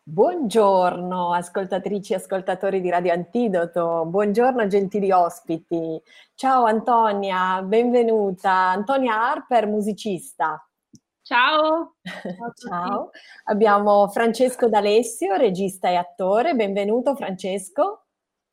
Buongiorno ascoltatrici e ascoltatori di Radio Antidoto, buongiorno gentili ospiti. Ciao Antonia, benvenuta. Antonia Harper, musicista. Ciao, ciao a tutti. Ciao. Abbiamo Francesco D'Alessio, regista e attore. Benvenuto Francesco.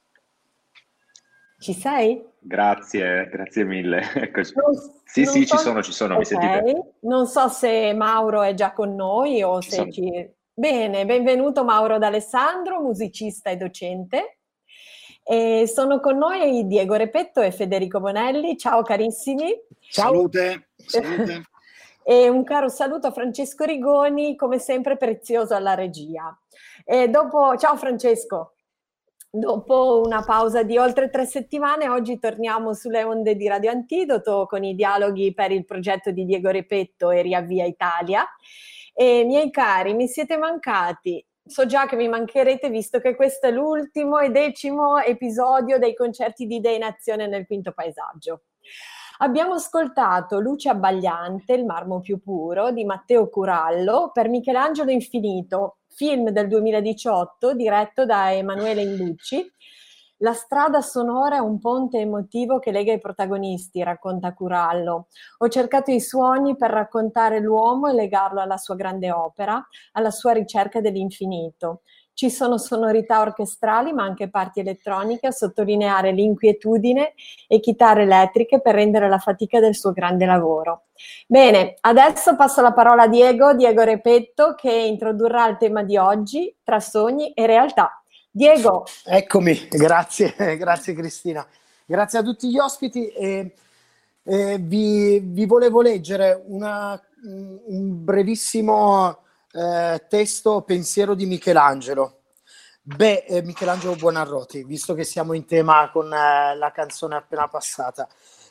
Ci sei? Grazie mille. Eccoci. Non, Sì, non sì, so, ci sono, mi ok, sentite? non so se Mauro è già con noi o Ci se sono. ci... Bene, benvenuto Mauro D'Alessandro, musicista e docente. E sono con noi Diego Repetto e Federico Bonelli. Ciao carissimi. Ciao. Salute, salute. E un caro saluto a Francesco Rigoni, come sempre prezioso alla regia. Ciao Francesco. Dopo una pausa di oltre 3 settimane, oggi torniamo sulle onde di Radio Antidoto con i dialoghi per il progetto di Diego Repetto e Riavvia Italia. E miei cari, mi siete mancati. So già che mi mancherete visto che questo è l'ultimo e 10° episodio dei concerti di Idee in Azione nel Quinto Paesaggio. Abbiamo ascoltato Luce abbagliante, Il marmo più puro di Matteo Curallo per Michelangelo Infinito, film del 2018 diretto da Emanuele Inducci. La strada sonora è un ponte emotivo che lega i protagonisti, racconta Curallo. Ho cercato i suoni per raccontare l'uomo e legarlo alla sua grande opera, alla sua ricerca dell'infinito. Ci sono sonorità orchestrali ma anche parti elettroniche a sottolineare l'inquietudine e chitarre elettriche per rendere la fatica del suo grande lavoro. Bene, adesso passo la parola a Diego Repetto che introdurrà il tema di oggi, tra sogni e realtà. Diego. Eccomi, grazie Cristina. Grazie a tutti gli ospiti vi volevo leggere un brevissimo testo pensiero di Michelangelo. Michelangelo Buonarroti, visto che siamo in tema con la canzone appena passata.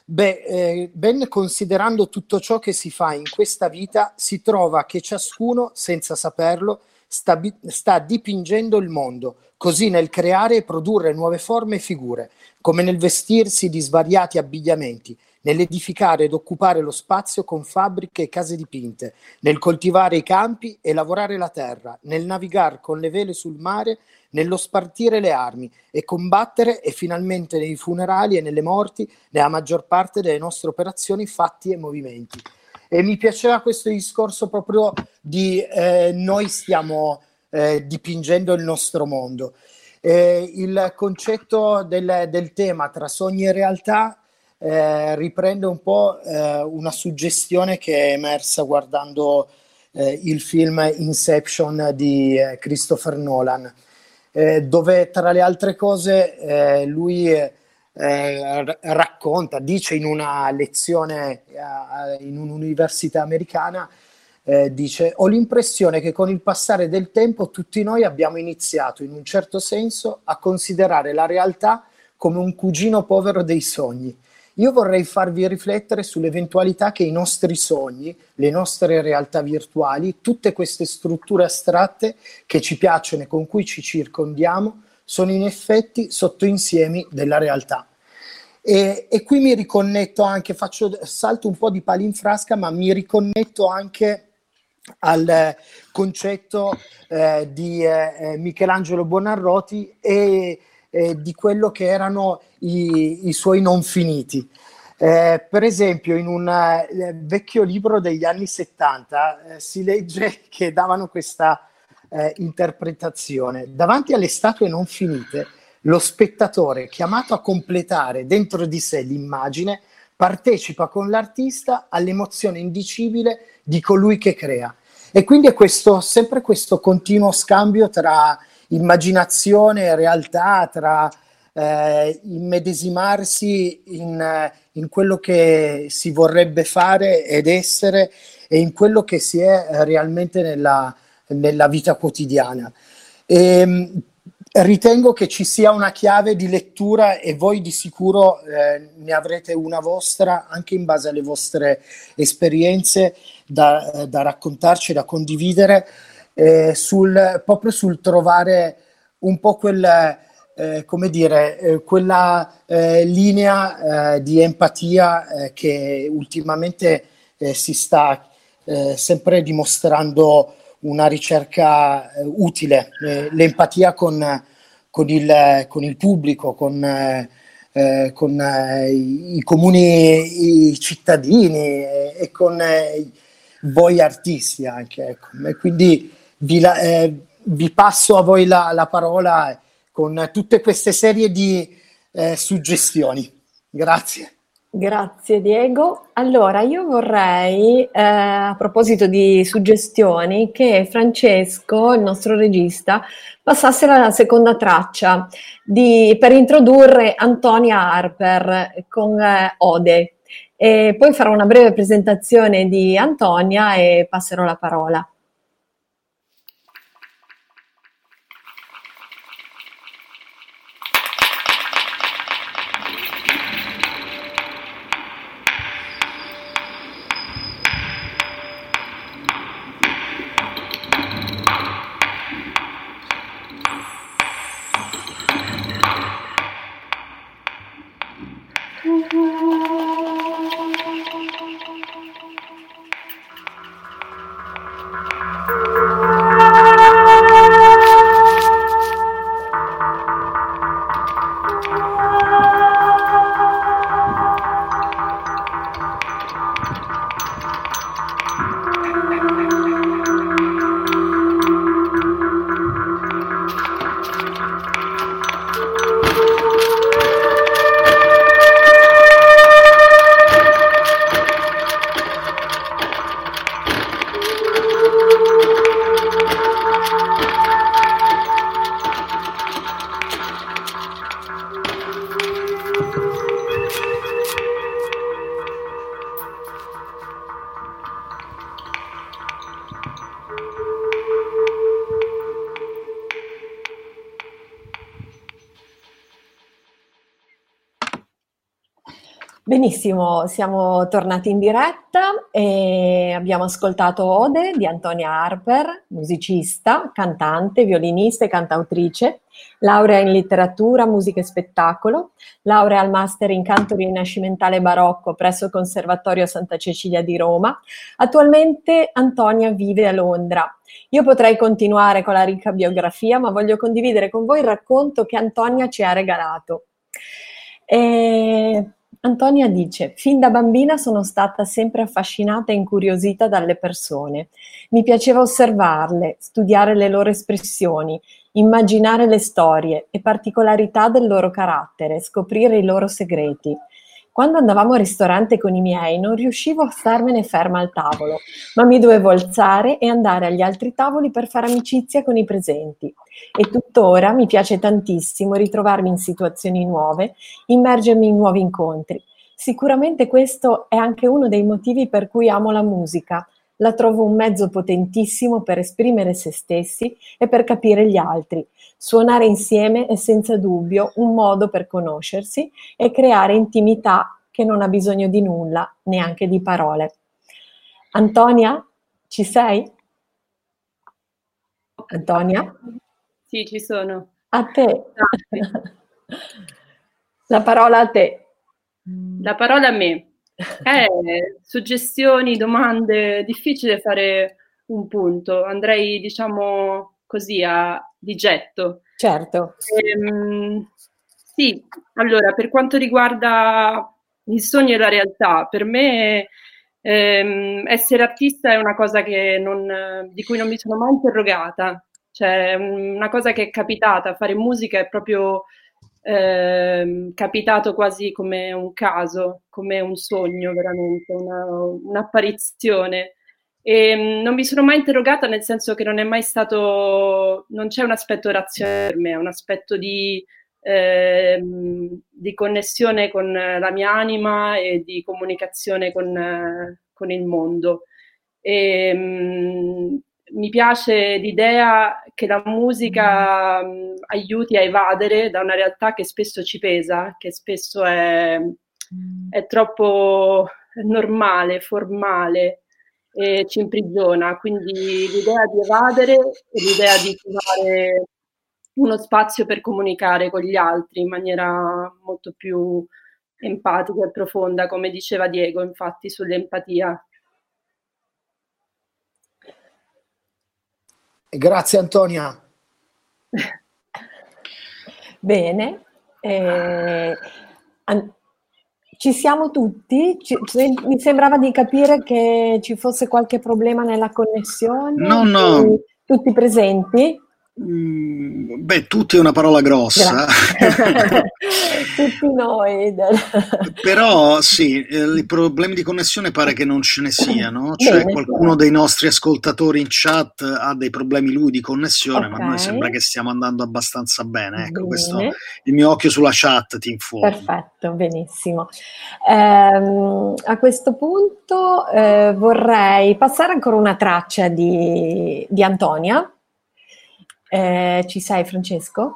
Ben considerando tutto ciò che si fa in questa vita, si trova che ciascuno, senza saperlo, sta dipingendo il mondo, così nel creare e produrre nuove forme e figure, come nel vestirsi di svariati abbigliamenti, nell'edificare ed occupare lo spazio con fabbriche e case dipinte, nel coltivare i campi e lavorare la terra, nel navigare con le vele sul mare, nello spartire le armi e combattere e finalmente nei funerali e nelle morti, nella maggior parte delle nostre operazioni, fatti e movimenti. E mi piaceva questo discorso proprio di noi stiamo dipingendo il nostro mondo. Il concetto del tema tra sogni e realtà riprende un po' una suggestione che è emersa guardando il film Inception di Christopher Nolan, dove tra le altre cose lui racconta, dice in una lezione in un'università americana, dice: ho l'impressione che con il passare del tempo tutti noi abbiamo iniziato in un certo senso a considerare la realtà come un cugino povero dei sogni. Io vorrei farvi riflettere sull'eventualità che i nostri sogni, le nostre realtà virtuali, tutte queste strutture astratte che ci piacciono e con cui ci circondiamo, sono in effetti sottoinsiemi della realtà. E qui mi riconnetto anche, salto un po' di pali in frasca, ma mi riconnetto anche al concetto di Michelangelo Buonarroti e di quello che erano i suoi non finiti. Per esempio, in un vecchio libro degli anni 70 si legge che davano questa interpretazione: davanti alle statue non finite, lo spettatore, chiamato a completare dentro di sé l'immagine, partecipa con l'artista all'emozione indicibile di colui che crea. E quindi è sempre questo continuo scambio tra immaginazione e realtà, tra immedesimarsi in quello che si vorrebbe fare ed essere e in quello che si è realmente nella vita quotidiana. Ritengo che ci sia una chiave di lettura e voi di sicuro ne avrete una vostra, anche in base alle vostre esperienze da raccontarci, da condividere, proprio sul trovare un po' quella linea di empatia che ultimamente si sta sempre dimostrando una ricerca utile, l'empatia con il pubblico, con i comuni, i cittadini e con voi artisti anche. Ecco. E quindi vi passo a voi la parola con tutte queste serie di suggestioni. Grazie. Grazie Diego. Allora, io vorrei, a proposito di suggestioni, che Francesco, il nostro regista, passasse alla seconda traccia per introdurre Antonia Harper con Ode. E poi farò una breve presentazione di Antonia e passerò la parola. Benissimo, siamo tornati in diretta e abbiamo ascoltato Ode di Antonia Harper, musicista, cantante, violinista e cantautrice, laurea in letteratura, musica e spettacolo, laurea al master in canto rinascimentale barocco presso il Conservatorio Santa Cecilia di Roma. Attualmente Antonia vive a Londra. Io potrei continuare con la ricca biografia, ma voglio condividere con voi il racconto che Antonia ci ha regalato. Antonia dice: fin da bambina sono stata sempre affascinata e incuriosita dalle persone. Mi piaceva osservarle, studiare le loro espressioni, immaginare le storie e particolarità del loro carattere, scoprire i loro segreti. Quando andavamo al ristorante con i miei non riuscivo a starmene ferma al tavolo, ma mi dovevo alzare e andare agli altri tavoli per fare amicizia con i presenti. E tuttora mi piace tantissimo ritrovarmi in situazioni nuove, immergermi in nuovi incontri. Sicuramente questo è anche uno dei motivi per cui amo la musica. La trovo un mezzo potentissimo per esprimere se stessi e per capire gli altri. Suonare insieme è senza dubbio un modo per conoscersi e creare intimità che non ha bisogno di nulla, neanche di parole. Antonia, ci sei? Antonia? Sì, ci sono. A te. La parola a te. La parola a me. Suggestioni, domande, difficile fare un punto. Andrei, diciamo così, di getto. Certo. Sì, allora, per quanto riguarda il sogno e la realtà, per me essere artista è una cosa di cui non mi sono mai interrogata. Cioè, una cosa che è capitata, fare musica è proprio capitato quasi come un caso, come un sogno veramente, un'apparizione. E non mi sono mai interrogata, nel senso che non è mai stato, non c'è un aspetto razionale per me, è un aspetto di connessione con la mia anima e di comunicazione con il mondo. Mi piace l'idea che la musica aiuti a evadere da una realtà che spesso ci pesa, che spesso è troppo normale, formale e ci imprigiona. Quindi l'idea di evadere e l'idea di trovare uno spazio per comunicare con gli altri in maniera molto più empatica e profonda, come diceva Diego, infatti, sull'empatia. Grazie Antonia. Bene, ci siamo tutti? Mi sembrava di capire che ci fosse qualche problema nella connessione. No. Tutti presenti? Beh, tutti è una parola grossa. Tutti noi. Però sì, i problemi di connessione pare che non ce ne siano, cioè Bene. qualcuno dei nostri ascoltatori in chat ha dei problemi lui di connessione, ma a noi sembra che stiamo andando abbastanza bene. Ecco, questo il mio occhio sulla chat ti informa. Perfetto, benissimo. A questo punto vorrei passare ancora una traccia di Antonia. Ci sei, Francesco?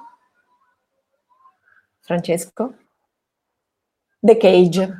Francesco? The Cage.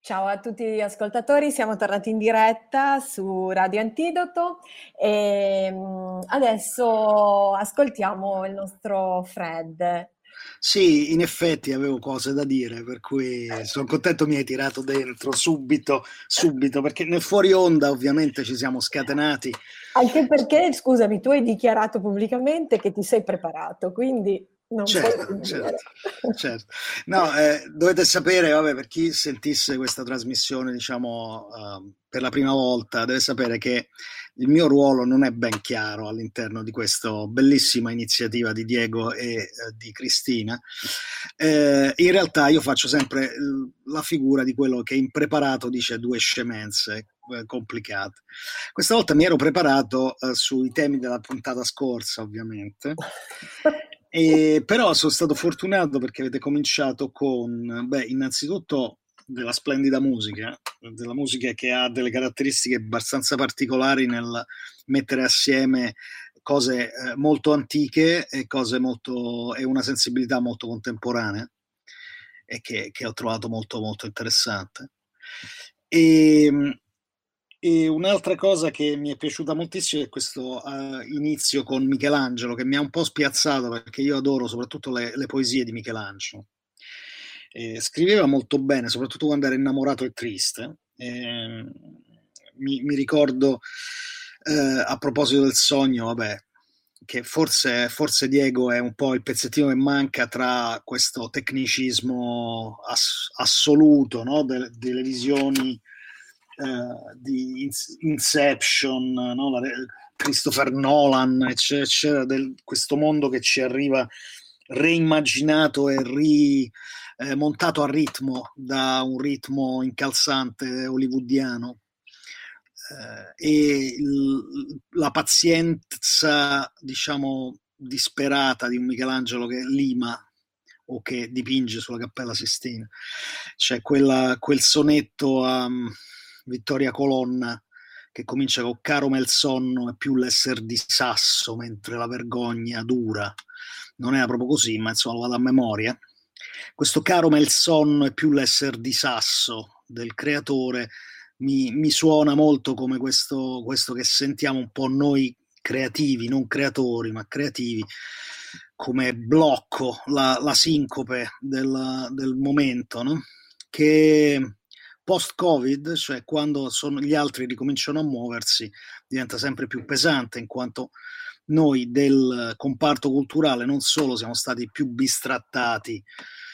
Ciao a tutti gli ascoltatori, siamo tornati in diretta su Radio Antidoto e adesso ascoltiamo il nostro Fred. Sì, in effetti avevo cose da dire, per cui sono contento mi hai tirato dentro subito, perché nel fuori onda ovviamente ci siamo scatenati. Anche perché, scusami, tu hai dichiarato pubblicamente che ti sei preparato, quindi non puoi dire. Certo. No, dovete sapere, vabbè, per chi sentisse questa trasmissione, diciamo, per la prima volta, deve sapere che il mio ruolo non è ben chiaro all'interno di questa bellissima iniziativa di Diego e di Cristina. In realtà io faccio sempre la figura di quello che impreparato dice due scemenze complicate. Questa volta mi ero preparato sui temi della puntata scorsa, ovviamente. Però sono stato fortunato perché avete cominciato con, innanzitutto della splendida musica, della musica che ha delle caratteristiche abbastanza particolari nel mettere assieme cose molto antiche e cose molto e una sensibilità molto contemporanea e che ho trovato molto molto interessante. E un'altra cosa che mi è piaciuta moltissimo è questo inizio con Michelangelo, che mi ha un po' spiazzato perché io adoro soprattutto le poesie di Michelangelo. Scriveva molto bene, soprattutto quando era innamorato e triste. Mi ricordo, a proposito del sogno, vabbè, che forse Diego è un po' il pezzettino che manca tra questo tecnicismo assoluto, no? Delle visioni di Inception, no? Christopher Nolan, eccetera, questo mondo che ci arriva reimmaginato e montato a ritmo da un ritmo incalzante hollywoodiano. E la pazienza, diciamo, disperata di un Michelangelo che lima o che dipinge sulla Cappella Sistina. C'è quel sonetto a Vittoria Colonna che comincia con caro me il sonno è più l'esser di sasso mentre la vergogna dura. Non era proprio così, ma insomma lo vado a memoria. Questo caro me il sonno è più l'esser di sasso del creatore mi suona molto come questo che sentiamo un po' noi creativi, non creatori, ma creativi, come blocco, la sincope del momento, no? Che post-Covid, cioè quando gli altri ricominciano a muoversi, diventa sempre più pesante, in quanto noi del comparto culturale non solo siamo stati più bistrattati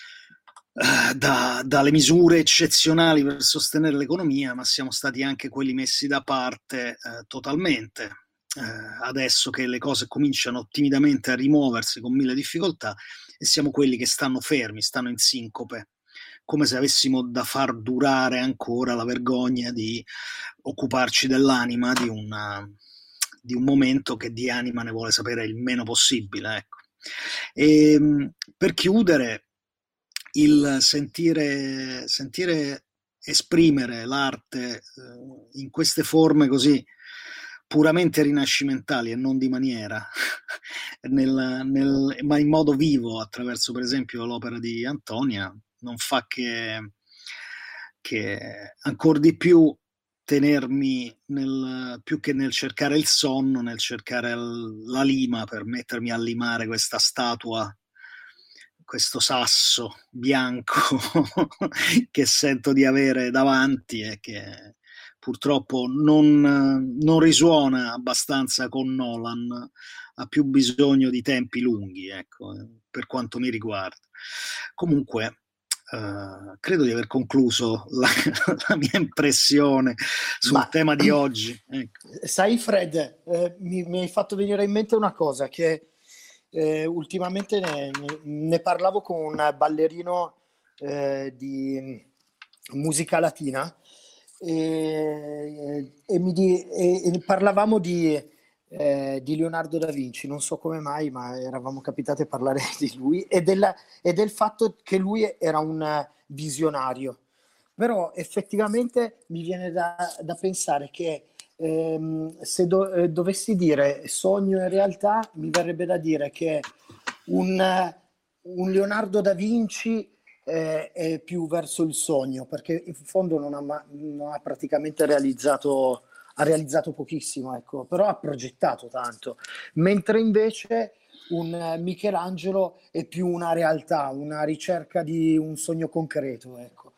dalle misure eccezionali per sostenere l'economia, ma siamo stati anche quelli messi da parte totalmente. Adesso che le cose cominciano timidamente a rimuoversi con mille difficoltà, e siamo quelli che stanno fermi, stanno in sincope, come se avessimo da far durare ancora la vergogna di occuparci dell'anima di un momento che di anima ne vuole sapere il meno possibile. Ecco. E, per chiudere, il sentire esprimere l'arte in queste forme così puramente rinascimentali e non di maniera, ma in modo vivo attraverso per esempio l'opera di Antonia, non fa che ancora di più tenermi più che nel cercare il sonno, nel cercare la lima per mettermi a limare questa statua, questo sasso bianco che sento di avere davanti e che purtroppo non risuona abbastanza con Nolan, ha più bisogno di tempi lunghi, ecco, per quanto mi riguarda. Comunque, credo di aver concluso la mia impressione sul tema di oggi. Ecco. Sai Fred, mi hai fatto venire in mente una cosa che ultimamente ne parlavo con un ballerino di musica latina e parlavamo di Leonardo da Vinci, non so come mai, ma eravamo capitati a parlare di lui e del fatto che lui era un visionario, però effettivamente mi viene da pensare che se dovessi dire sogno in realtà, mi verrebbe da dire che un Leonardo da Vinci è più verso il sogno, perché in fondo non ha praticamente realizzato, ha realizzato pochissimo, ecco, però ha progettato tanto, mentre invece un Michelangelo è più una realtà, una ricerca di un sogno concreto, ecco.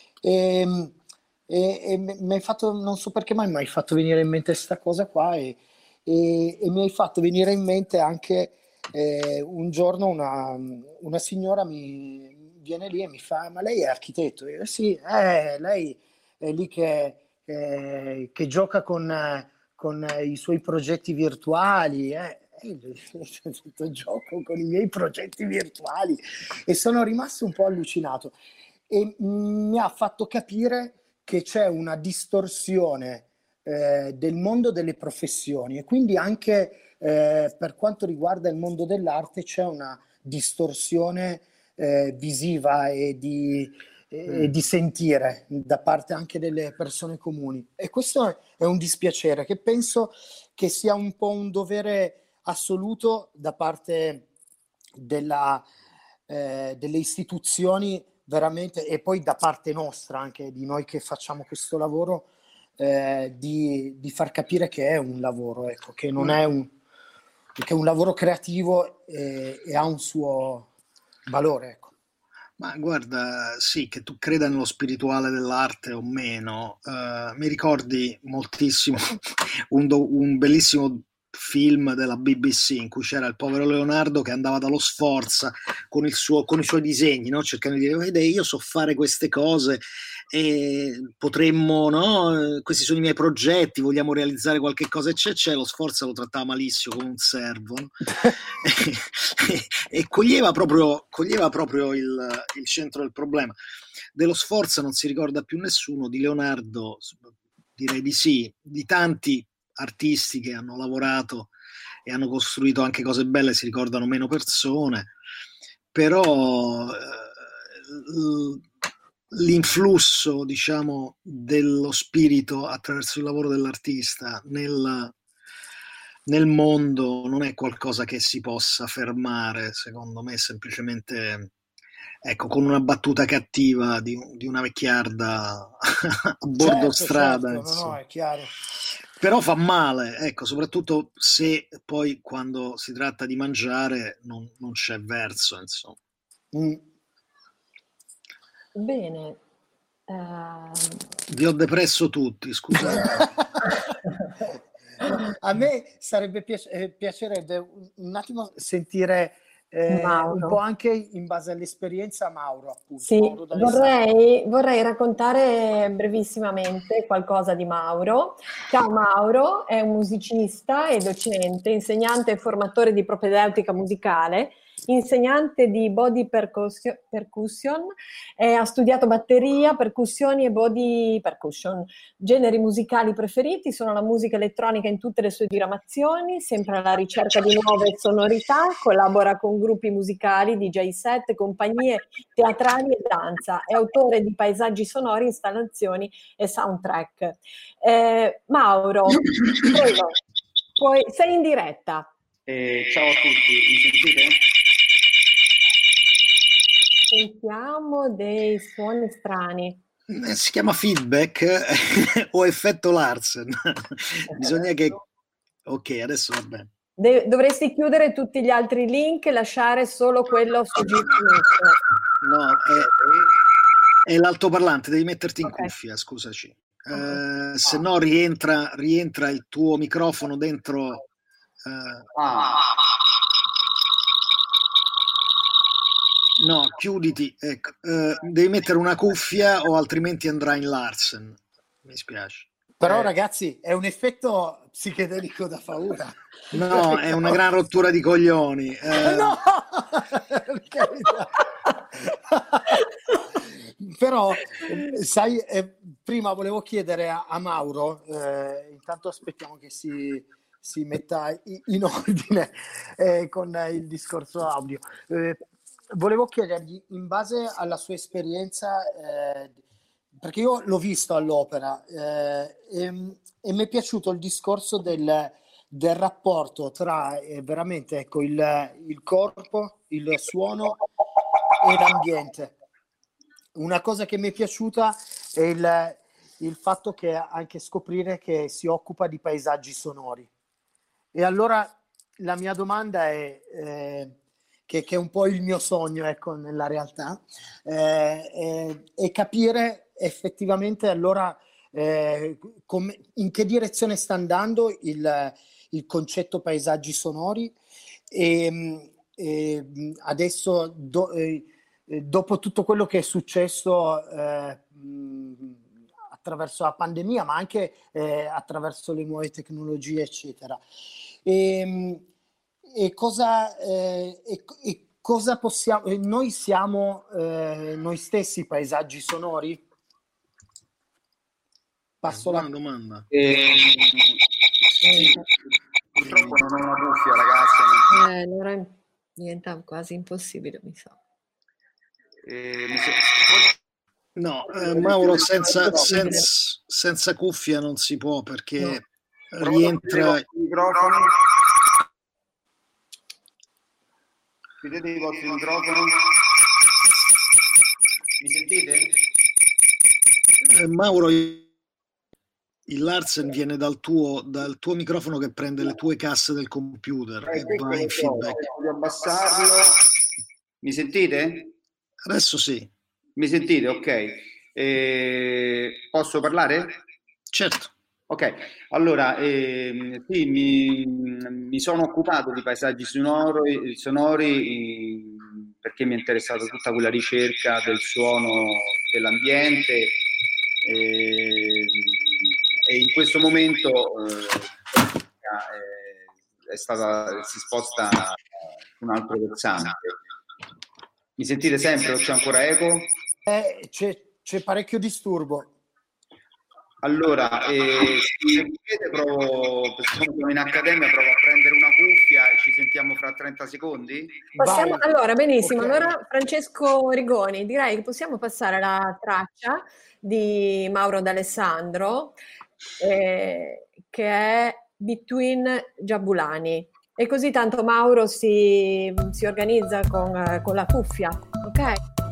E mi hai fatto, non so perché mai mi hai fatto venire in mente questa cosa qua e mi hai fatto venire in mente anche un giorno una signora mi viene lì e mi fa: ma lei è architetto? Io, sì, lei è lì che gioca con i suoi progetti virtuali. E io ho detto, gioco con i miei progetti virtuali, e sono rimasto un po' allucinato, e mi ha fatto capire che c'è una distorsione del mondo delle professioni, e quindi anche per quanto riguarda il mondo dell'arte c'è una distorsione visiva e di sentire da parte anche delle persone comuni, e questo è un dispiacere che penso che sia un po' un dovere assoluto da parte delle istituzioni, veramente, e poi da parte nostra, anche di noi che facciamo questo lavoro, di far capire che è un lavoro, ecco, che non è che è un lavoro creativo e ha un suo valore, ecco. Ma guarda, sì, che tu creda nello spirituale dell'arte o meno, mi ricordi moltissimo un bellissimo film della BBC in cui c'era il povero Leonardo che andava dallo Sforza con i suoi disegni, no? Cercando di dire: vede, io so fare queste cose e potremmo, no? Questi sono i miei progetti, vogliamo realizzare qualche cosa, e c'è. Lo Sforza lo trattava malissimo, come un servo, no? E coglieva proprio il centro del problema. Dello Sforza non si ricorda più nessuno, di Leonardo direi di sì, di tanti artisti che hanno lavorato e hanno costruito anche cose belle si ricordano meno persone, però l'influsso, diciamo, dello spirito attraverso il lavoro dell'artista nel mondo non è qualcosa che si possa fermare, secondo me, semplicemente, ecco, con una battuta cattiva di una vecchiarda a bordo strada. Certo, no, è chiaro. Però fa male, ecco, soprattutto se poi quando si tratta di mangiare non c'è verso, insomma. Bene. Vi ho depresso tutti, scusate. A me piacerebbe un attimo sentire un po' anche in base all'esperienza Mauro, appunto. Sì, Mauro vorrei raccontare brevissimamente qualcosa di Mauro. Ciao Mauro, è un musicista e docente, insegnante e formatore di propedeutica musicale, insegnante di body percussion, ha studiato batteria, percussioni e body percussion. Generi musicali preferiti sono la musica elettronica in tutte le sue diramazioni, sempre alla ricerca di nuove sonorità, collabora con gruppi musicali, DJ set, compagnie teatrali e danza. È autore di paesaggi sonori, installazioni e soundtrack. Mauro, prego, sei in diretta. Ciao a tutti, mi sentite? Sentiamo dei suoni strani. Si chiama feedback o effetto Larsen. Bisogna che... Ok, adesso va bene. Dovresti chiudere tutti gli altri link e lasciare solo quello su Gmail. No, è l'altoparlante, devi metterti in cuffia, scusaci. Se no rientra il tuo microfono dentro... No, chiuditi, ecco. Devi mettere una cuffia o altrimenti andrà in Larsen. Mi spiace. Però ragazzi, è un effetto psichedelico da paura. No, è una gran rottura di coglioni. No! Però, sai, prima volevo chiedere a Mauro, intanto aspettiamo che si metta in ordine con il discorso audio. Volevo chiedergli, in base alla sua esperienza, perché io l'ho visto all'opera e mi è piaciuto il discorso del rapporto tra veramente, ecco, il corpo, il suono e l'ambiente. una cosa che mi è piaciuta è il fatto che anche scoprire che si occupa di paesaggi sonori. E allora la mia domanda è, che è un po' il mio sogno, ecco, nella realtà, è capire effettivamente allora in che direzione sta andando il concetto paesaggi sonori e adesso dopo tutto quello che è successo attraverso la pandemia, ma anche attraverso le nuove tecnologie, eccetera. E cosa possiamo... Noi siamo noi stessi paesaggi sonori? Passo buona domanda. Purtroppo non ho una cuffia, ragazzi. Allora diventa quasi impossibile, mi sa. No, Mauro, senza cuffia non si può, perché rientra... I microfoni. Chiudete i vostri microfoni. Mi sentite? Mauro, il Larsen viene dal tuo microfono che prende le tue casse del computer e va in feedback. Voglio abbassarlo. Mi sentite? Adesso sì. Mi sentite? Ok. Posso parlare? Certo. Ok, allora sì, mi sono occupato di paesaggi sonori perché mi è interessata tutta quella ricerca del suono dell'ambiente e in questo momento si sposta su un altro versante. Mi sentite sempre o c'è ancora eco? C'è parecchio disturbo. Allora, se volete sono in accademia, provo a prendere una cuffia e ci sentiamo fra 30 secondi? Allora, benissimo. Okay. Allora, Francesco Rigoni, direi che possiamo passare alla traccia di Mauro D'Alessandro, che è Between Giabulani. E così tanto Mauro si organizza con la cuffia, ok?